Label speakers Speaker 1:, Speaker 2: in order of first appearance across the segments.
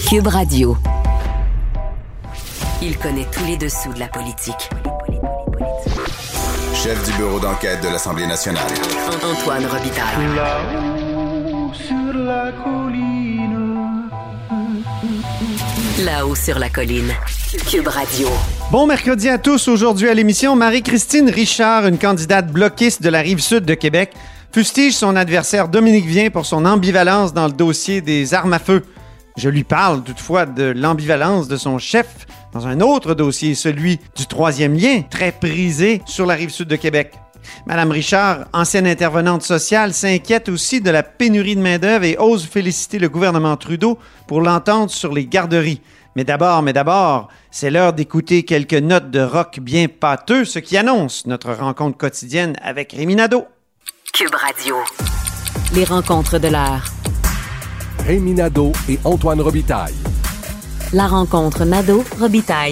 Speaker 1: Cube Radio. Il connaît tous les dessous de la politique.
Speaker 2: Chef du bureau d'enquête de l'Assemblée nationale.
Speaker 1: Antoine Robitaille.
Speaker 3: Là-haut sur la colline.
Speaker 1: Là-haut sur la colline. Cube Radio.
Speaker 4: Bon mercredi à tous. Aujourd'hui à l'émission, Marie-Christine Richard, une candidate bloquiste de la Rive-Sud de Québec, fustige son adversaire Dominique Vien pour son ambivalence dans le dossier des armes à feu. Je lui parle toutefois de l'ambivalence de son chef dans un autre dossier, celui du troisième lien, très prisé sur la Rive-Sud de Québec. Madame Richard, ancienne intervenante sociale, s'inquiète aussi de la pénurie de main-d'œuvre et ose féliciter le gouvernement Trudeau pour l'entente sur les garderies. Mais d'abord, c'est l'heure d'écouter quelques notes de rock bien pâteux, ce qui annonce notre rencontre quotidienne avec Rémi Nadeau.
Speaker 1: Cube Radio. Les rencontres de l'heure.
Speaker 5: Rémi Nadeau et Antoine Robitaille.
Speaker 1: La rencontre Nadeau-Robitaille.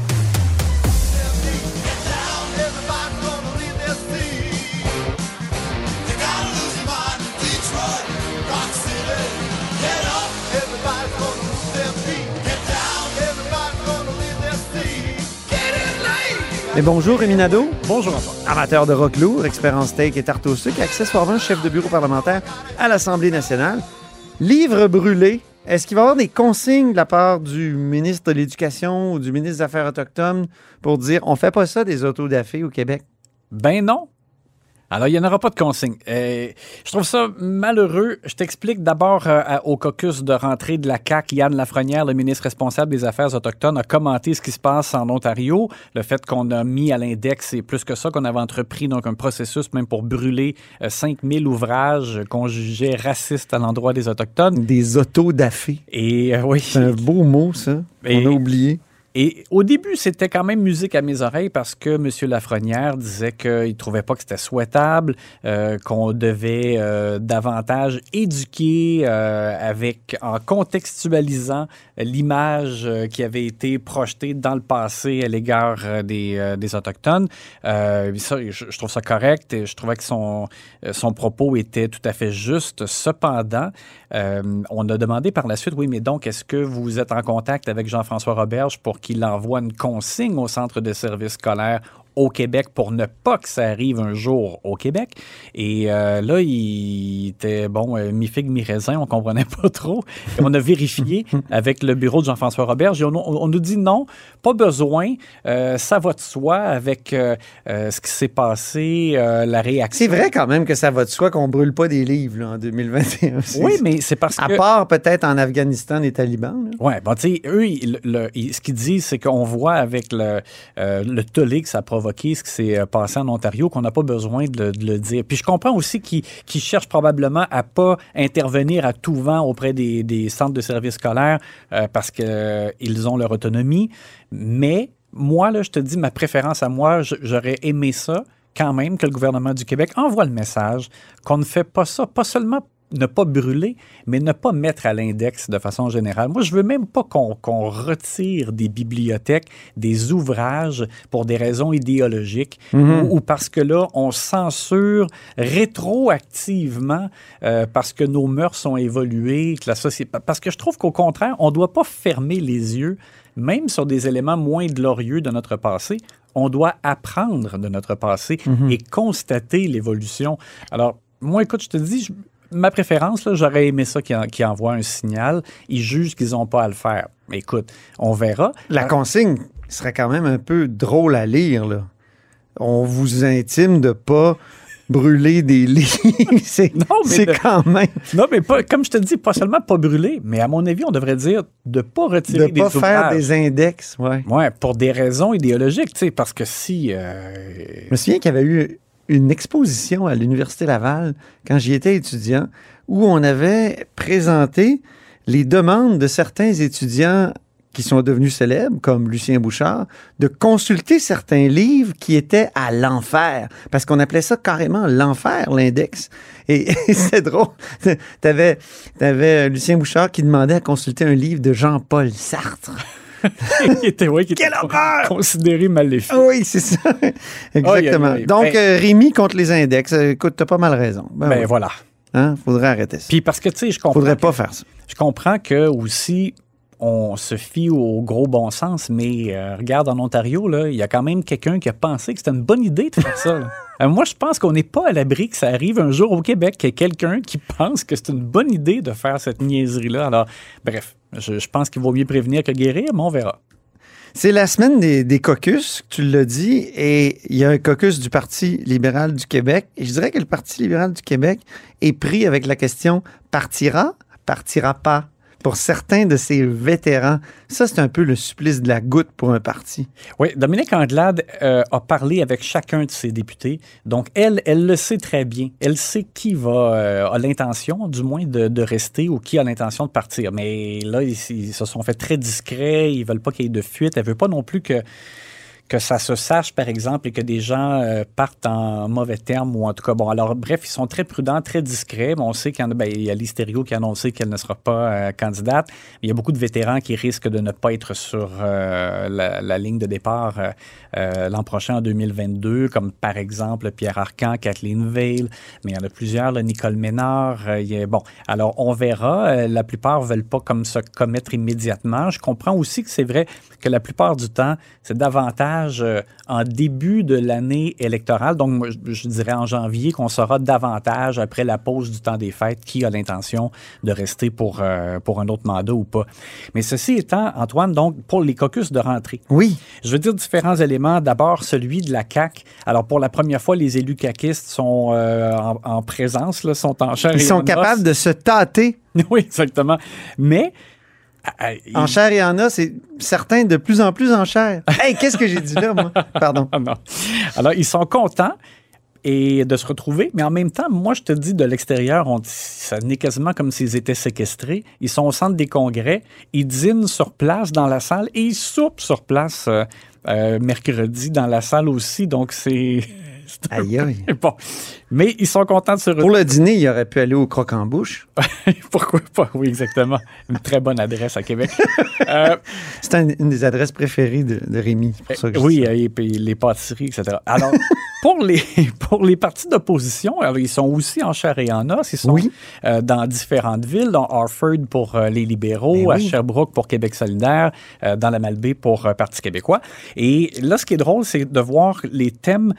Speaker 4: Mais bonjour Rémi Nadeau.
Speaker 6: Bonjour Antoine.
Speaker 4: Amateur de rock lourd, expert en steak et tarte au sucre, accessoirement chef de bureau parlementaire à l'Assemblée nationale. Livre brûlé. Est-ce qu'il va y avoir des consignes de la part du ministre de l'Éducation ou du ministre des Affaires autochtones pour dire on fait pas ça des autodafés au Québec?
Speaker 6: Ben non. Alors, il n'y en aura pas de consigne. Je trouve ça malheureux. Je t'explique d'abord au caucus de rentrée de la CAQ, Yann Lafrenière, le ministre responsable des Affaires autochtones, a commenté ce qui se passe en Ontario, le fait qu'on a mis à l'index, et plus que ça, qu'on avait entrepris donc un processus même pour brûler 5000 ouvrages qu'on jugeait racistes à l'endroit des Autochtones.
Speaker 4: Des autodafés.
Speaker 6: Et oui.
Speaker 4: C'est un beau mot, ça. On a oublié.
Speaker 6: Et au début, c'était quand même musique à mes oreilles parce que M. Lafrenière disait qu'il ne trouvait pas que c'était souhaitable, qu'on devait davantage éduquer en contextualisant l'image qui avait été projetée dans le passé à l'égard des Autochtones. Ça, je trouve ça correct et je trouvais que son propos était tout à fait juste. Cependant, on a demandé par la suite, oui, mais donc, est-ce que vous êtes en contact avec Jean-François Roberge pour qu'il envoie une consigne au centre de services scolaires au Québec pour ne pas que ça arrive un jour au Québec? Et là, il était, mi-figue, mi-raisin, on comprenait pas trop. Et on a vérifié avec le bureau de Jean-François Roberge et on nous dit non, pas besoin, ça va de soi avec ce qui s'est passé, la réaction.
Speaker 4: C'est vrai quand même que ça va de soi qu'on brûle pas des livres là, en 2021.
Speaker 6: Oui, mais c'est parce que...
Speaker 4: À part peut-être en Afghanistan, les talibans.
Speaker 6: Oui, tu sais, eux, ce qu'ils disent, c'est qu'on voit avec le tollé que ça provoque, ce qui s'est passé en Ontario, qu'on n'a pas besoin de le dire. Puis je comprends aussi qu'ils cherchent probablement à pas intervenir à tout vent auprès des centres de services scolaires parce qu'ils ont leur autonomie. Mais moi, là, je te dis, ma préférence à moi, j'aurais aimé ça quand même que le gouvernement du Québec envoie le message qu'on ne fait pas ça, pas seulement ne pas brûler, mais ne pas mettre à l'index de façon générale. Moi, je veux même pas qu'on retire des bibliothèques des ouvrages pour des raisons idéologiques ou parce que là, on censure rétroactivement parce que nos mœurs ont évolué, que la société... Parce que je trouve qu'au contraire, on ne doit pas fermer les yeux, même sur des éléments moins glorieux de notre passé. On doit apprendre de notre passé et constater l'évolution. Alors, moi, écoute, je te dis... Ma préférence, là, j'aurais aimé ça qu'ils envoient un signal. Ils jugent qu'ils n'ont pas à le faire. Mais écoute, on verra.
Speaker 4: La consigne serait quand même un peu drôle à lire, là. On vous intime de pas brûler des livres. c'est quand même...
Speaker 6: Non, mais pas, comme je te dis, pas seulement pas brûler, mais à mon avis, on devrait dire de pas retirer des ouvrages.
Speaker 4: De pas faire des index, ouais.
Speaker 6: Ouais, pour des raisons idéologiques, tu sais, parce que si...
Speaker 4: Je me souviens qu'il y avait eu une exposition à l'Université Laval, quand j'y étais étudiant, où on avait présenté les demandes de certains étudiants qui sont devenus célèbres, comme Lucien Bouchard, de consulter certains livres qui étaient à l'enfer. Parce qu'on appelait ça carrément l'enfer, l'index. Et c'est drôle. T'avais Lucien Bouchard qui demandait à consulter un livre de Jean-Paul Sartre.
Speaker 6: qui était considéré maléfique.
Speaker 4: Oui, c'est ça. Exactement. Donc, Rémi contre les index. Écoute, t'as pas mal raison.
Speaker 6: Ben voilà.
Speaker 4: Faudrait arrêter ça.
Speaker 6: Puis parce que, tu sais, je comprends...
Speaker 4: Faudrait pas faire ça.
Speaker 6: Je comprends que aussi... on se fie au gros bon sens, mais regarde, en Ontario, là, il y a quand même quelqu'un qui a pensé que c'était une bonne idée de faire ça. Moi, je pense qu'on n'est pas à l'abri que ça arrive un jour au Québec, qu'il y ait quelqu'un qui pense que c'est une bonne idée de faire cette niaiserie-là. Alors, bref, je pense qu'il vaut mieux prévenir que guérir, mais on verra.
Speaker 4: C'est la semaine des caucus, tu l'as dit, et il y a un caucus du Parti libéral du Québec. Et je dirais que le Parti libéral du Québec est pris avec la question « partira, partira pas ». Pour certains de ces vétérans, ça, c'est un peu le supplice de la goutte pour un parti.
Speaker 6: Oui, Dominique Anglade a parlé avec chacun de ses députés. Donc, elle le sait très bien. Elle sait qui a l'intention, du moins, de rester ou qui a l'intention de partir. Mais là, ils se sont fait très discrets. Ils ne veulent pas qu'il y ait de fuite. Elle ne veut pas non plus que ça se sache, par exemple, et que des gens partent en mauvais termes ou en tout cas, bon, alors bref, ils sont très prudents, très discrets. Bon, on sait qu'il y en a, il y a Lise Thériault qui a annoncé qu'elle ne sera pas candidate. Il y a beaucoup de vétérans qui risquent de ne pas être sur la ligne de départ l'an prochain, en 2022, comme par exemple Pierre Arcan, Kathleen Veil, mais il y en a plusieurs, là, Nicole Ménard. Bon, alors on verra. La plupart ne veulent pas comme se commettre immédiatement. Je comprends aussi que c'est vrai que la plupart du temps, c'est davantage en début de l'année électorale, donc moi, je dirais en janvier, qu'on saura davantage après la pause du temps des fêtes qui a l'intention de rester pour un autre mandat ou pas. Mais ceci étant, Antoine, donc pour les caucus de rentrée,
Speaker 4: oui,
Speaker 6: je veux dire différents éléments. D'abord, celui de la CAQ. Alors pour la première fois, les élus caquistes sont en présence, là, sont en chair et en os.
Speaker 4: Ils sont capables de se tâter.
Speaker 6: Oui, exactement. Mais
Speaker 4: en chair et en os, c'est certains de plus en plus en chair. Hey, qu'est-ce que j'ai dit là, moi? Pardon.
Speaker 6: Non. Alors, ils sont contents et de se retrouver, mais en même temps, moi, je te dis, de l'extérieur, ça n'est quasiment comme s'ils étaient séquestrés. Ils sont au centre des congrès, ils dînent sur place dans la salle et ils soupent sur place mercredi dans la salle aussi, donc c'est...
Speaker 4: Aïe, aïe.
Speaker 6: Bon. Mais ils sont contents de se retrouver.
Speaker 4: Pour le dîner, il aurait pu aller au Croque-en-Bouche.
Speaker 6: Pourquoi pas? Oui, exactement. Une très bonne adresse à Québec.
Speaker 4: C'est une des adresses préférées de Rémi. C'est pour ça que
Speaker 6: oui, et puis les pâtisseries, etc. Alors, pour les partis d'opposition, alors, ils sont aussi en chair et en os. Ils sont dans différentes villes, dans Harford pour les libéraux, à Sherbrooke pour Québec solidaire, dans la Malbaie pour Parti québécois. Et là, ce qui est drôle, c'est de voir les thèmes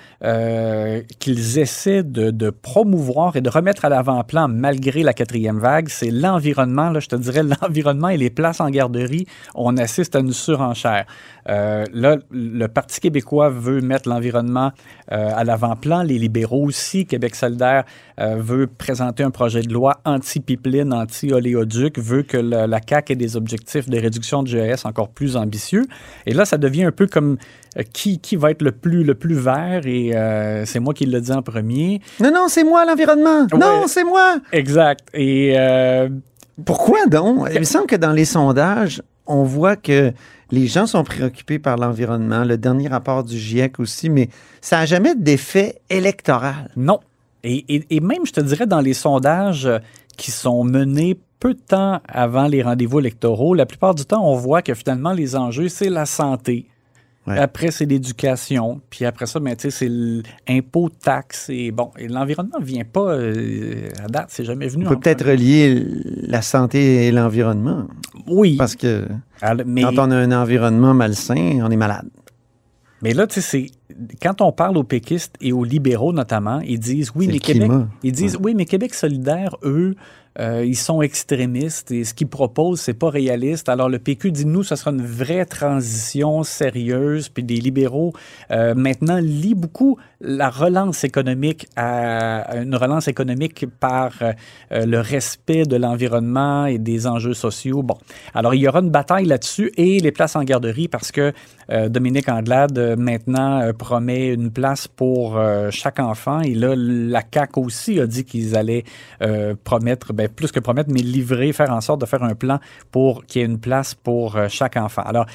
Speaker 6: qu'ils essaient de promouvoir et de remettre à l'avant-plan malgré la quatrième vague. C'est l'environnement, là, je te dirais, l'environnement et les places en garderie. On assiste à une surenchère. Là, le Parti québécois veut mettre l'environnement à l'avant-plan. Les libéraux aussi. Québec solidaire veut présenter un projet de loi anti-pipeline, anti-oléoduc, veut que la CAQ ait des objectifs de réduction de GES encore plus ambitieux. Et là, ça devient un peu comme qui va être le plus vert, et c'est moi qui le dis en premier.
Speaker 4: Non, c'est moi l'environnement. Ouais. Non, c'est moi.
Speaker 6: Exact. Et
Speaker 4: pourquoi donc? Il me semble que dans les sondages, on voit que les gens sont préoccupés par l'environnement. Le dernier rapport du GIEC aussi, mais ça n'a jamais d'effet électoral.
Speaker 6: Non. Et même, je te dirais, dans les sondages qui sont menés peu de temps avant les rendez-vous électoraux, la plupart du temps, on voit que finalement, les enjeux, c'est la santé. Ouais. Après, c'est l'éducation. Puis après ça, ben, c'est l'impôt, taxes. Et bon, et l'environnement ne vient pas à date. C'est jamais venu.
Speaker 4: On peut peut-être relier la santé et l'environnement.
Speaker 6: Oui.
Speaker 4: Parce que quand on a un environnement malsain, on est malade.
Speaker 6: Mais là, tu sais, quand on parle aux péquistes et aux libéraux notamment, ils disent oui, mais Québec, oui, mais Québec solidaire, eux, ils sont extrémistes et ce qu'ils proposent, c'est pas réaliste. Alors, le PQ dit, nous, ce sera une vraie transition sérieuse. Puis des libéraux, maintenant, lient beaucoup la relance économique à une relance économique par le respect de l'environnement et des enjeux sociaux. Bon, alors, il y aura une bataille là-dessus et les places en garderie parce que Dominique Anglade, maintenant, promet une place pour chaque enfant. Et là, la CAQ aussi a dit qu'ils allaient promettre, plus que promettre, mais livrer, faire en sorte de faire un plan pour qu'il y ait une place pour chaque enfant. Alors,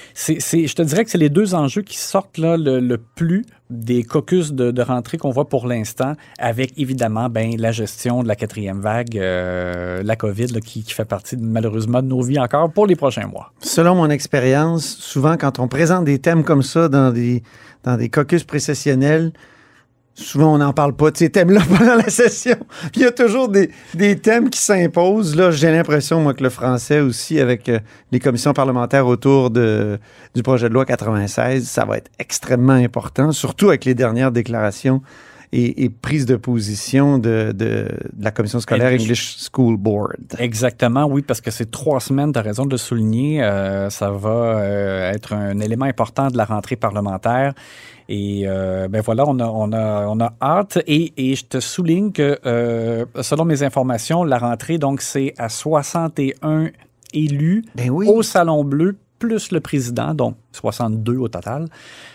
Speaker 6: je te dirais que c'est les deux enjeux qui sortent là, le plus des caucus de rentrée qu'on voit pour l'instant, avec évidemment la gestion de la quatrième vague, la COVID, là, qui fait partie malheureusement de nos vies encore pour les prochains mois.
Speaker 4: Selon mon expérience, souvent quand on présente des thèmes comme ça dans des caucus précessionnels, souvent, on n'en parle pas de ces thèmes-là pendant la session. Puis il y a toujours des thèmes qui s'imposent. Là, j'ai l'impression, moi, que le français aussi, avec les commissions parlementaires autour du projet de loi 96, ça va être extrêmement important, surtout avec les dernières déclarations et prise de position de la commission scolaire English School Board.
Speaker 6: Exactement, oui, parce que c'est 3 semaines, tu as raison de le souligner. Ça va être un élément important de la rentrée parlementaire. Et ben voilà, on a hâte. Et je te souligne que, selon mes informations, la rentrée, donc, c'est à 61 élus au Salon Bleu, plus le président, donc 62 au total.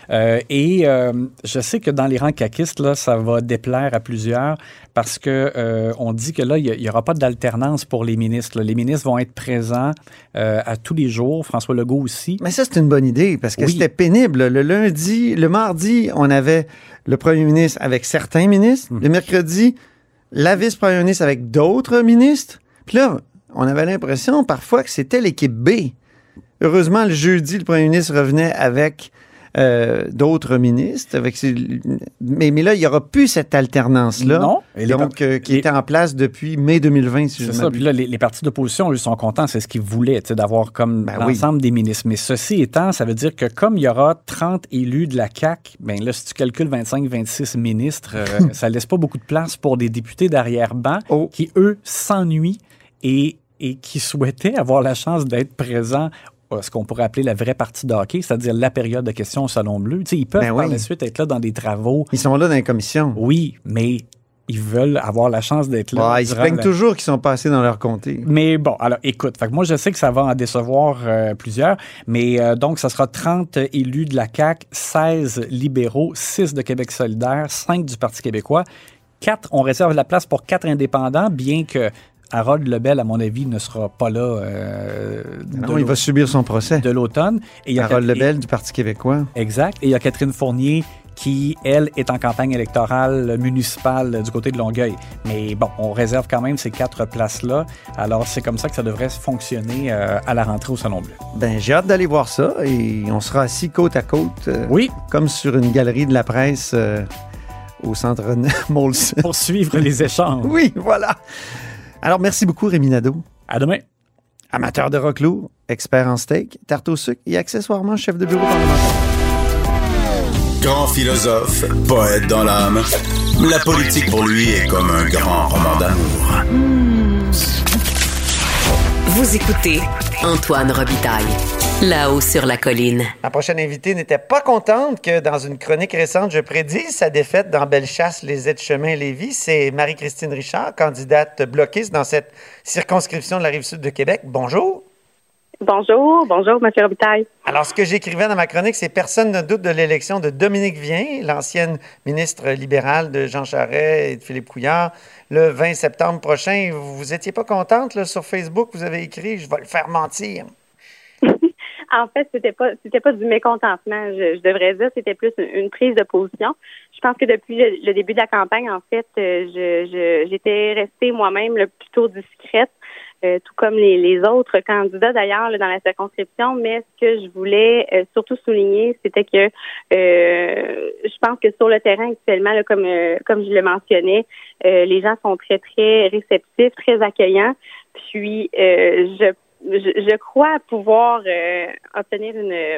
Speaker 6: Je sais que dans les rangs caquistes, là, ça va déplaire à plusieurs parce que on dit que là, il n'y aura pas d'alternance pour les ministres. Là. Les ministres vont être présents à tous les jours. François Legault aussi.
Speaker 4: Mais ça, c'est une bonne idée parce que c'était pénible. Le mardi, on avait le premier ministre avec certains ministres. Le mercredi, la vice-première ministre avec d'autres ministres. Puis là, on avait l'impression parfois que c'était l'équipe B. Heureusement, le jeudi, le premier ministre revenait avec d'autres ministres. Mais là, il n'y aura plus cette alternance-là. Non. Qui était en place depuis mai 2020, si je ne m'abuse.
Speaker 6: Puis là, les partis d'opposition, eux, sont contents. C'est ce qu'ils voulaient, d'avoir comme l'ensemble des ministres. Mais ceci étant, ça veut dire que comme il y aura 30 élus de la CAQ, bien là, si tu calcules 25-26 ministres, ça ne laisse pas beaucoup de place pour des députés d'arrière-ban qui, eux, s'ennuient et qui souhaitaient avoir la chance d'être présents ce qu'on pourrait appeler la vraie partie de hockey, c'est-à-dire la période de questions au Salon Bleu. Ils peuvent par la suite être là dans des travaux.
Speaker 4: Ils sont là dans les commissions.
Speaker 6: Oui, mais ils veulent avoir la chance d'être là.
Speaker 4: Ils se plaignent toujours qu'ils sont passés dans leur comté.
Speaker 6: Mais bon, alors écoute, fait que moi je sais que ça va en décevoir plusieurs, mais donc ça sera 30 élus de la CAQ, 16 libéraux, 6 de Québec solidaire, 5 du Parti québécois, 4, on réserve la place pour 4 indépendants, bien que Harold Lebel, à mon avis, ne sera pas là.
Speaker 4: Non, il va subir son procès.
Speaker 6: De l'automne.
Speaker 4: Harold Lebel du Parti québécois.
Speaker 6: Exact. Et il y a Catherine Fournier qui, elle, est en campagne électorale municipale du côté de Longueuil. Mais bon, on réserve quand même ces 4 places-là. Alors, c'est comme ça que ça devrait fonctionner à la rentrée au Salon Bleu.
Speaker 4: Ben, j'ai hâte d'aller voir ça et on sera assis côte à côte. Comme sur une galerie de la presse au centre Molson.
Speaker 6: Pour suivre les échanges.
Speaker 4: Oui, voilà. Alors, merci beaucoup, Rémi Nadeau.
Speaker 6: À demain.
Speaker 4: Amateur de rock lourd, expert en steak, tarte au sucre et accessoirement chef de bureau parlementaire.
Speaker 2: Grand philosophe, poète dans l'âme, la politique pour lui est comme un grand roman d'amour.
Speaker 1: Vous écoutez Antoine Robitaille, là-haut sur la colline.
Speaker 4: Ma prochaine invitée n'était pas contente que dans une chronique récente, je prédise sa défaite dans Bellechasse, les Aides-Chemins-Lévis. C'est Marie-Christine Richard, candidate bloquiste dans cette circonscription de la Rive-Sud de Québec. Bonjour.
Speaker 7: Bonjour, M. Robitaille.
Speaker 4: Alors, ce que j'écrivais dans ma chronique, c'est personne ne doute de l'élection de Dominique Vien, l'ancienne ministre libérale de Jean Charest et de Philippe Couillard, le 20 septembre prochain. Vous n'étiez pas contente, là, sur Facebook, vous avez écrit « Je vais le faire mentir ».
Speaker 7: En fait, c'était pas du mécontentement. Je devrais dire, c'était plus une prise de position. Je pense que depuis le début de la campagne, en fait, j'étais restée moi-même plutôt discrète. Tout comme les autres candidats d'ailleurs là, dans la circonscription, mais ce que je voulais surtout souligner, c'était que je pense que sur le terrain actuellement, là, comme je le mentionnais, les gens sont très, très réceptifs, très accueillants. Puis je crois pouvoir obtenir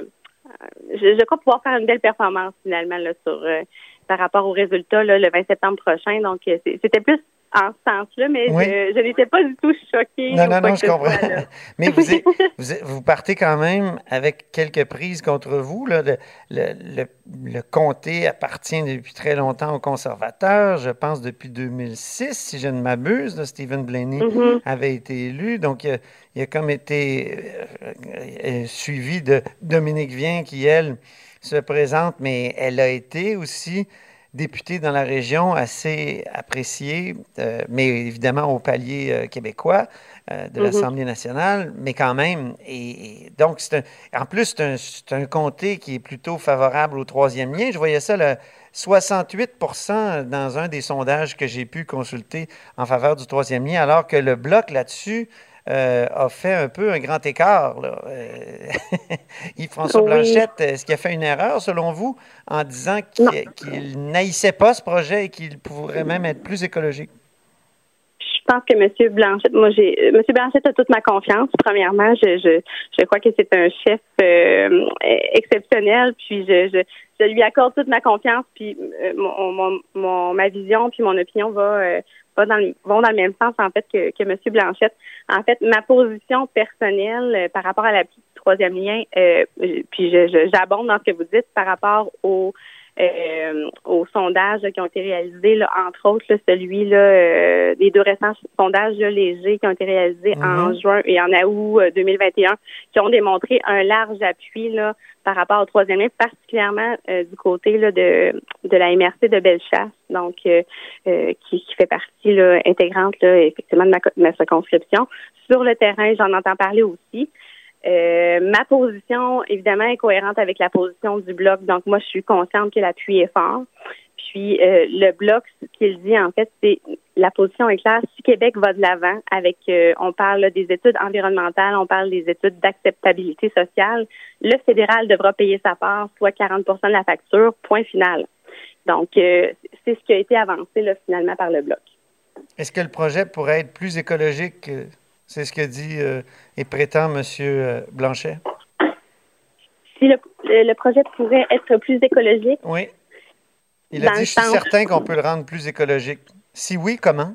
Speaker 7: je crois pouvoir faire une belle performance finalement là, par rapport aux résultats là, le 20 septembre prochain. Donc c'était plus en ce sens-là, mais je n'étais pas du tout choquée.
Speaker 4: Non, je comprends. Mais vous partez quand même avec quelques prises contre vous. Là. Le comté appartient depuis très longtemps aux conservateurs, je pense depuis 2006, si je ne m'abuse. Là, Stephen Blaney avait été élu, donc il a comme été suivi de Dominique Vien qui, elle, se présente, mais elle a été aussi députée dans la région, assez appréciée, mais évidemment au palier québécois de l'Assemblée nationale, mais quand même. Et donc, en plus, c'est un comté qui est plutôt favorable au troisième lien. Je voyais ça, 68% dans un des sondages que j'ai pu consulter en faveur du troisième lien, alors que le Bloc là-dessus a fait un peu un grand écart, là. Yves-François Blanchette, est-ce qu'il a fait une erreur, selon vous, en disant qu'il n'haïssait pas ce projet et qu'il pourrait même être plus écologique?
Speaker 7: Je pense que M. Blanchette, M. Blanchette a toute ma confiance. Premièrement, je crois que c'est un chef exceptionnel, puis je lui accorde toute ma confiance, puis ma vision puis mon opinion vont dans le même sens, en fait, que M. Blanchette. En fait, ma position personnelle par rapport à l'appui du troisième lien, puis j'abonde dans ce que vous dites par rapport aux sondages qui ont été réalisés, là, entre autres celui des 2 récents sondages légers qui ont été réalisés en juin et en août 2021, qui ont démontré un large appui là, par rapport au troisième lien, particulièrement du côté là, de la MRC de Bellechasse, donc qui fait partie là, intégrante là, effectivement de ma circonscription. Sur le terrain, j'en entends parler aussi. Ma position, évidemment, est cohérente avec la position du Bloc. Donc, moi, je suis consciente que l'appui est fort. Puis, le Bloc, ce qu'il dit, en fait, c'est la position est claire. Si Québec va de l'avant avec, on parle là, des études environnementales, on parle des études d'acceptabilité sociale, le fédéral devra payer sa part, soit 40 % de la facture, point final. Donc, c'est ce qui a été avancé, là, finalement, par le Bloc.
Speaker 4: Est-ce que le projet pourrait être plus écologique? C'est ce que dit et prétend M. Blanchet.
Speaker 7: Si le projet pourrait être plus écologique?
Speaker 4: Oui. Il a dit, je suis certain qu'on peut le rendre plus écologique. Si oui, comment?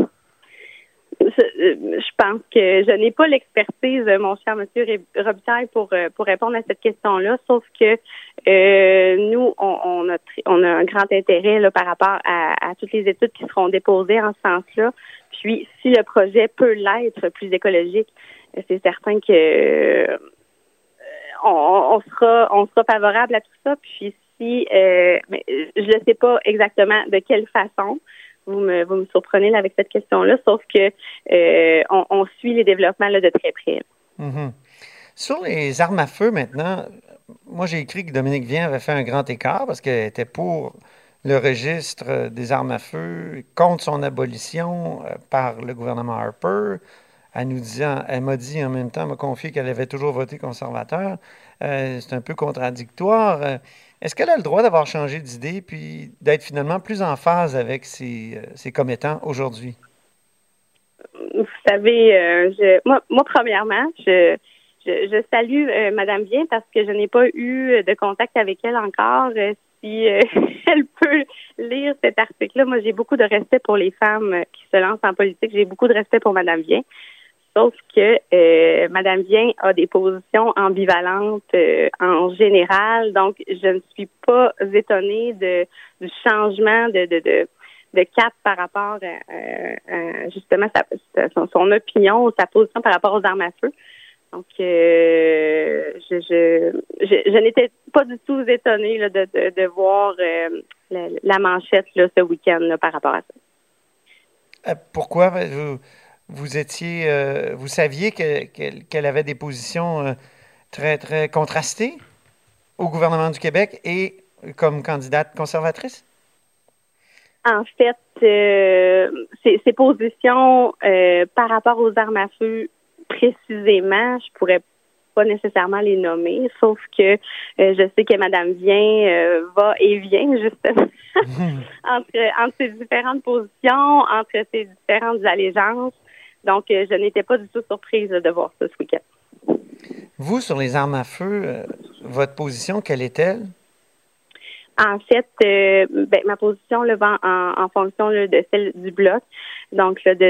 Speaker 7: Je pense que je n'ai pas l'expertise, mon cher M. Robitaille, pour répondre à cette question-là, sauf que nous, on a un grand intérêt là, par rapport à toutes les études qui seront déposées en ce sens-là. Puis, si le projet peut l'être plus écologique, c'est certain que on sera favorable à tout ça. Puis, mais je ne sais pas exactement de quelle façon. Vous me surprenez là, avec cette question-là, sauf que on suit les développements là, de très près.
Speaker 4: Mm-hmm. Sur les armes à feu maintenant, moi j'ai écrit que Dominique Vien avait fait un grand écart parce qu'elle était pour le registre des armes à feu, contre son abolition par le gouvernement Harper. Elle m'a dit en même temps, elle m'a confié qu'elle avait toujours voté conservateur. C'est un peu contradictoire. Est-ce qu'elle a le droit d'avoir changé d'idée puis d'être finalement plus en phase avec ses commettants aujourd'hui?
Speaker 7: Vous savez, moi, premièrement, je salue Mme Vien parce que je n'ai pas eu de contact avec elle encore. Si elle peut lire cet article-là, moi, j'ai beaucoup de respect pour les femmes qui se lancent en politique. J'ai beaucoup de respect pour Mme Vien. Sauf que Mme Vien a des positions ambivalentes en général. Donc, je ne suis pas étonnée du changement de cap par rapport à justement son opinion, sa position par rapport aux armes à feu. Donc, je n'étais pas du tout étonnée là, de voir la manchette là, ce week-end là, par rapport à ça.
Speaker 4: Pourquoi vous saviez qu'elle avait des positions très, très contrastées au gouvernement du Québec et comme candidate conservatrice?
Speaker 7: En fait, ses positions par rapport aux armes à feu, précisément, je pourrais pas nécessairement les nommer, sauf que je sais que Mme Vien va et vient, justement, entre ses différentes positions, entre ses différentes allégeances. Donc, je n'étais pas du tout surprise de voir ça ce week-end.
Speaker 4: Vous, sur les armes à feu, votre position, quelle est-elle?
Speaker 7: En fait, ma position là, va en fonction là, de celle du Bloc. Donc, là,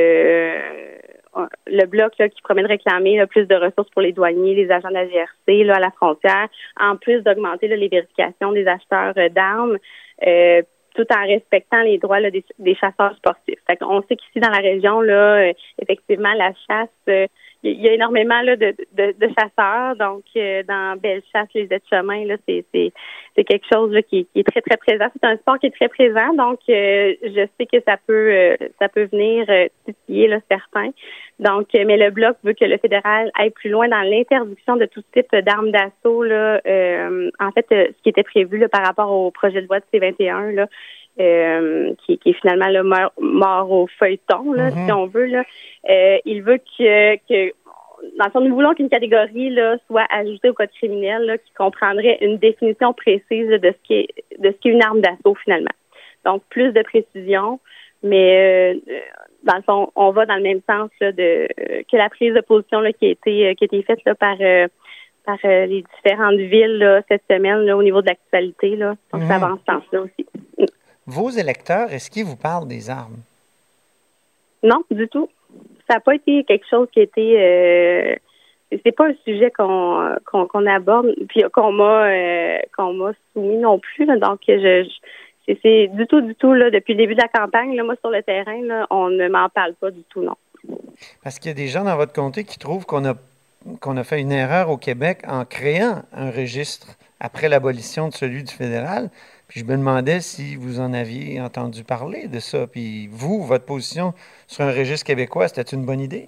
Speaker 7: le Bloc là, qui promet de réclamer là, plus de ressources pour les douaniers, les agents de la GRC là, à la frontière, en plus d'augmenter là, les vérifications des acheteurs d'armes, tout en respectant les droits là, des chasseurs sportifs. Fait qu'on sait qu'ici, dans la région, là, effectivement, la chasse, il y a énormément là, de chasseurs. Donc, dans Bellechasse, les aides-chemins, là, c'est quelque chose là, qui est très, très présent. C'est un sport qui est très présent. Donc, je sais que ça peut venir titiller là, certains. Donc, mais le Bloc veut que le fédéral aille plus loin dans l'interdiction de tout type d'armes d'assaut. Là, en fait, ce qui était prévu là, par rapport au projet de loi de C-21, là, qui est finalement là, mort au feuilleton, là, si on veut. Là. Il veut que dans le fond, nous voulons qu'une catégorie là, soit ajoutée au code criminel là, qui comprendrait une définition précise là, de ce qui est une arme d'assaut finalement. Donc, plus de précision, mais dans le fond, on va dans le même sens là, que la prise de position là, qui a été faite là, par les différentes villes là, cette semaine là, au niveau de l'actualité. Là. Donc, ça va en ce sens-là aussi.
Speaker 4: Vos électeurs, est-ce qu'ils vous parlent des armes?
Speaker 7: Non, du tout. Ça n'a pas été quelque chose qui a été... c'est pas un sujet qu'on aborde, puis qu'on m'a soumis non plus. Là, donc, c'est du tout, là, depuis le début de la campagne, là, moi, sur le terrain, là, on ne m'en parle pas du tout, non.
Speaker 4: Parce qu'il y a des gens dans votre comté qui trouvent qu'on a fait une erreur au Québec en créant un registre après l'abolition de celui du fédéral. Puis je me demandais si vous en aviez entendu parler de ça. Puis vous, votre position sur un registre québécois, c'était une bonne idée?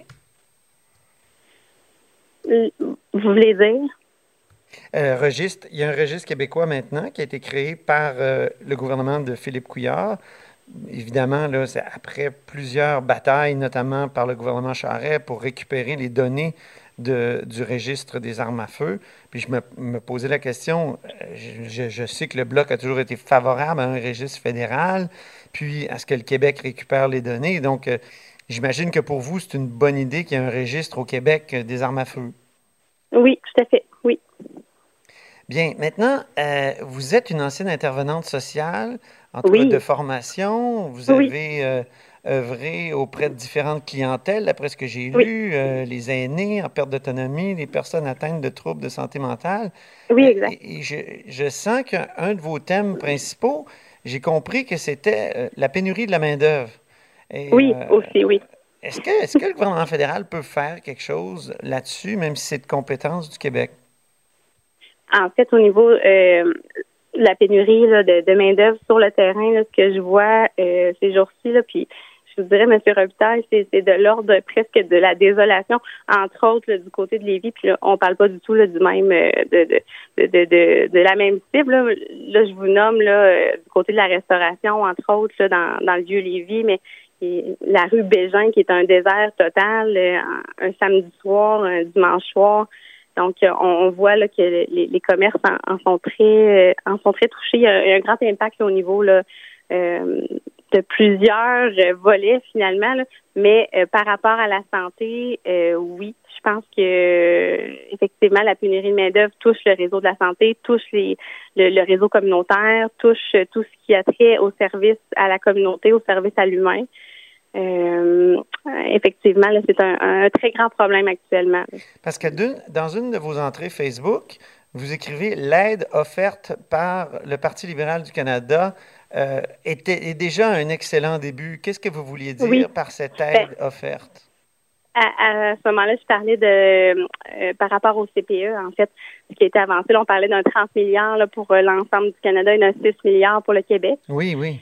Speaker 7: Vous voulez dire?
Speaker 4: Il y a un registre québécois maintenant qui a été créé par le gouvernement de Philippe Couillard. Évidemment, là, c'est après plusieurs batailles, notamment par le gouvernement Charest, pour récupérer les données du registre des armes à feu. Puis je me posais la question, je sais que le Bloc a toujours été favorable à un registre fédéral, puis à ce que le Québec récupère les données. Donc, j'imagine que pour vous, c'est une bonne idée qu'il y ait un registre au Québec des armes à feu. Oui,
Speaker 7: tout à fait, oui.
Speaker 4: Bien, maintenant, vous êtes une ancienne intervenante sociale, en tout cas de formation. Vous avez œuvré auprès de différentes clientèles, d'après ce que j'ai lu, les aînés en perte d'autonomie, les personnes atteintes de troubles de santé mentale.
Speaker 7: Oui, exact.
Speaker 4: Et je sens qu'un de vos thèmes principaux, j'ai compris que c'était la pénurie de la main-d'œuvre.
Speaker 7: Oui, aussi, oui.
Speaker 4: Est-ce que le gouvernement fédéral peut faire quelque chose là-dessus, même si c'est de compétence du Québec?
Speaker 7: En fait, au niveau de la pénurie là, de main-d'œuvre sur le terrain, là, ce que je vois ces jours-ci, là, puis je vous dirais, M. Robitaille, c'est de l'ordre presque de la désolation, entre autres là, du côté de Lévis, puis là, on parle pas du tout là, du même de la même cible. Là, je vous nomme là, du côté de la restauration, entre autres, là, dans le vieux Lévis, mais la rue Bégin, qui est un désert total, un samedi soir, un dimanche soir. Donc, on voit là, que les commerces en sont très touchés. Il y a un grand impact là, au niveau là, de plusieurs volets finalement, là. Mais par rapport à la santé, oui, je pense que effectivement la pénurie de main-d'œuvre touche le réseau de la santé, touche le réseau communautaire, touche tout ce qui a trait au service à la communauté, au service à l'humain. Effectivement, là, c'est un très grand problème actuellement.
Speaker 4: Parce que dans une de vos entrées Facebook, vous écrivez « L'aide offerte par le Parti libéral du Canada est déjà un excellent début ». Qu'est-ce que vous vouliez dire par cette aide offerte?
Speaker 7: À ce moment-là, je parlais par rapport au CPE, en fait, ce qui a été avancé. Là, on parlait d'un 30 milliards là, pour l'ensemble du Canada et d'un 6 milliards pour le Québec.
Speaker 4: Oui, oui.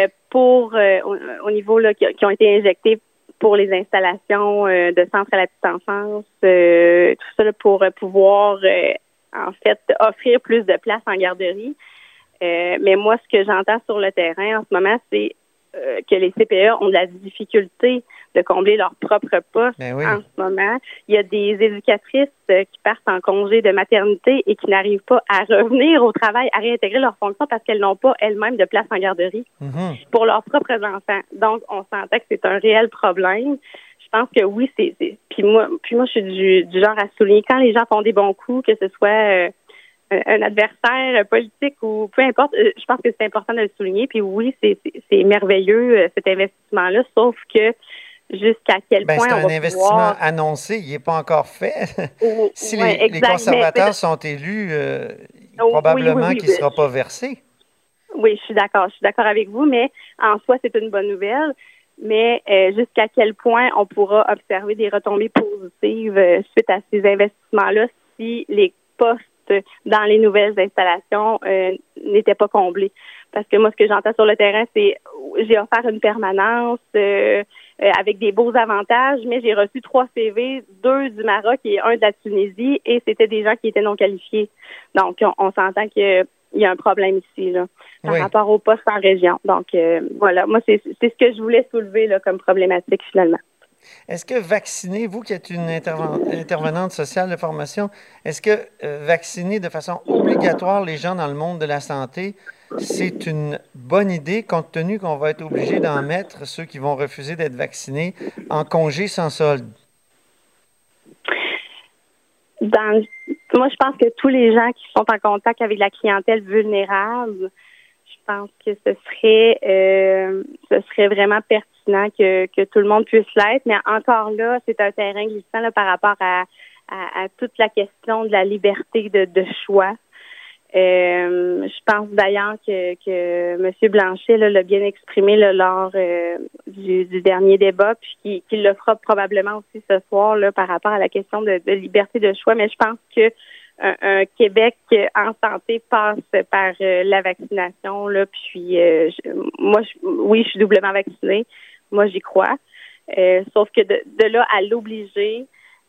Speaker 7: Au niveau là, qui ont été injectés pour les installations de centres à la petite enfance, tout ça là, pour pouvoir, en fait, offrir plus de places en garderie. Mais moi, ce que j'entends sur le terrain en ce moment, c'est que les CPE ont de la difficulté de combler leur propre poste en ce moment. Il y a des éducatrices qui partent en congé de maternité et qui n'arrivent pas à revenir au travail, à réintégrer leurs fonctions parce qu'elles n'ont pas elles-mêmes de place en garderie pour leurs propres enfants. Donc, on s'entend que c'est un réel problème. Je pense que oui, c'est puis moi, je suis du genre à souligner quand les gens font des bons coups, que ce soit un adversaire politique ou peu importe, je pense que c'est important de le souligner. Puis oui, c'est merveilleux cet investissement-là, sauf que jusqu'à quel point
Speaker 4: c'est
Speaker 7: on va
Speaker 4: un investissement annoncé, il n'est pas encore fait. Si les conservateurs sont élus, probablement qu'il ne sera pas versé.
Speaker 7: Oui, je suis d'accord avec vous, mais en soi, c'est une bonne nouvelle. Mais jusqu'à quel point on pourra observer des retombées positives suite à ces investissements-là si les postes dans les nouvelles installations n'étaient pas comblés. Parce que moi, ce que j'entends sur le terrain, c'est j'ai offert une permanence avec des beaux avantages, mais j'ai reçu 3 CV, 2 du Maroc et 1 de la Tunisie, et c'était des gens qui étaient non qualifiés. Donc, on s'entend que il y a un problème ici là, par
Speaker 4: Oui.
Speaker 7: rapport au poste en région. Donc, voilà, moi, c'est ce que je voulais soulever là, comme problématique finalement.
Speaker 4: Est-ce que vacciner, vous qui êtes une intervenante sociale de formation, est-ce que vacciner de façon obligatoire les gens dans le monde de la santé, c'est une bonne idée compte tenu qu'on va être obligé d'en mettre ceux qui vont refuser d'être vaccinés en congé sans solde?
Speaker 7: Moi, je pense que tous les gens qui sont en contact avec la clientèle vulnérable, je pense que ce serait vraiment pertinent que tout le monde puisse l'être. Mais encore là, c'est un terrain glissant là, par rapport à toute la question de la liberté de choix. Je pense d'ailleurs que M. Blanchet là, l'a bien exprimé là, lors du dernier débat, puis qu'il le fera probablement aussi ce soir là, par rapport à la question de liberté de choix. Mais je pense que un Québec en santé passe par la vaccination. Là, puis oui, je suis doublement vaccinée. Moi, j'y crois. Sauf que de là à l'obliger,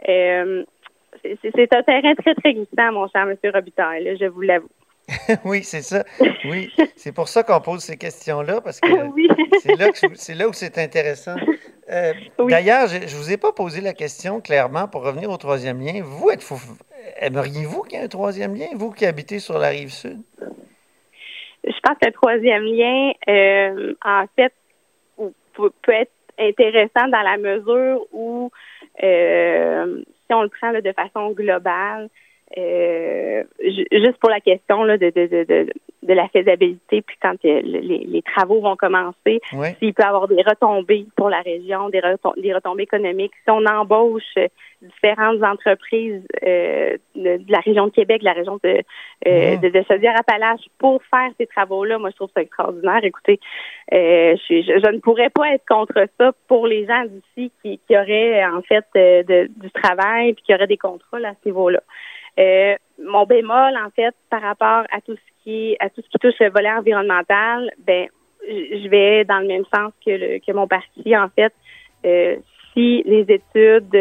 Speaker 7: c'est un terrain très, très glissant, mon cher M. Robitaille, là, je vous l'avoue.
Speaker 4: Oui, c'est ça. Oui, c'est pour ça qu'on pose ces questions-là, parce que
Speaker 7: Oui.
Speaker 4: c'est là où c'est intéressant.
Speaker 7: Oui.
Speaker 4: D'ailleurs, je ne vous ai pas posé la question clairement pour revenir au troisième lien. Vous, aimeriez-vous qu'il y ait un troisième lien, vous qui habitez sur la Rive-Sud?
Speaker 7: Je pense que le troisième lien, en fait, peut être intéressant dans la mesure où, si on le prend là, de façon globale, juste pour la question là, de la faisabilité, puis quand les travaux vont commencer,
Speaker 4: Oui.
Speaker 7: s'il peut y avoir des retombées pour la région, des retombées économiques, si on embauche différentes entreprises de la région de Québec, de la région de Chaudière-Appalaches pour faire ces travaux-là, moi je trouve ça extraordinaire. Écoutez, je ne pourrais pas être contre ça pour les gens d'ici qui auraient en fait du travail puis qui auraient des contrôles à ce niveau-là. Mon bémol, en fait, par rapport à tout ce qui touche le volet environnemental, ben, je vais dans le même sens que mon parti, en fait. Si les études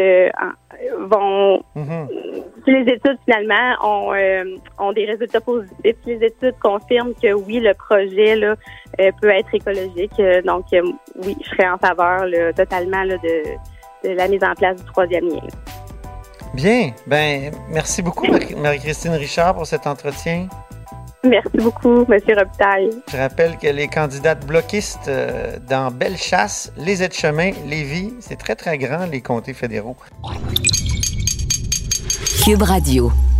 Speaker 7: si les études finalement ont des résultats positifs, si les études confirment que oui, le projet là peut être écologique, donc oui, je serais en faveur là, totalement là, de la mise en place du troisième lien.
Speaker 4: Bien. Ben, merci beaucoup, Marie-Christine Richard, pour cet entretien.
Speaker 7: Merci beaucoup, M. Robitaille.
Speaker 4: Je rappelle qu'elle est candidate bloquiste dans Bellechasse, les Aides-Chemins, Lévis. C'est très, très grand, les comtés fédéraux.
Speaker 1: Cube Radio.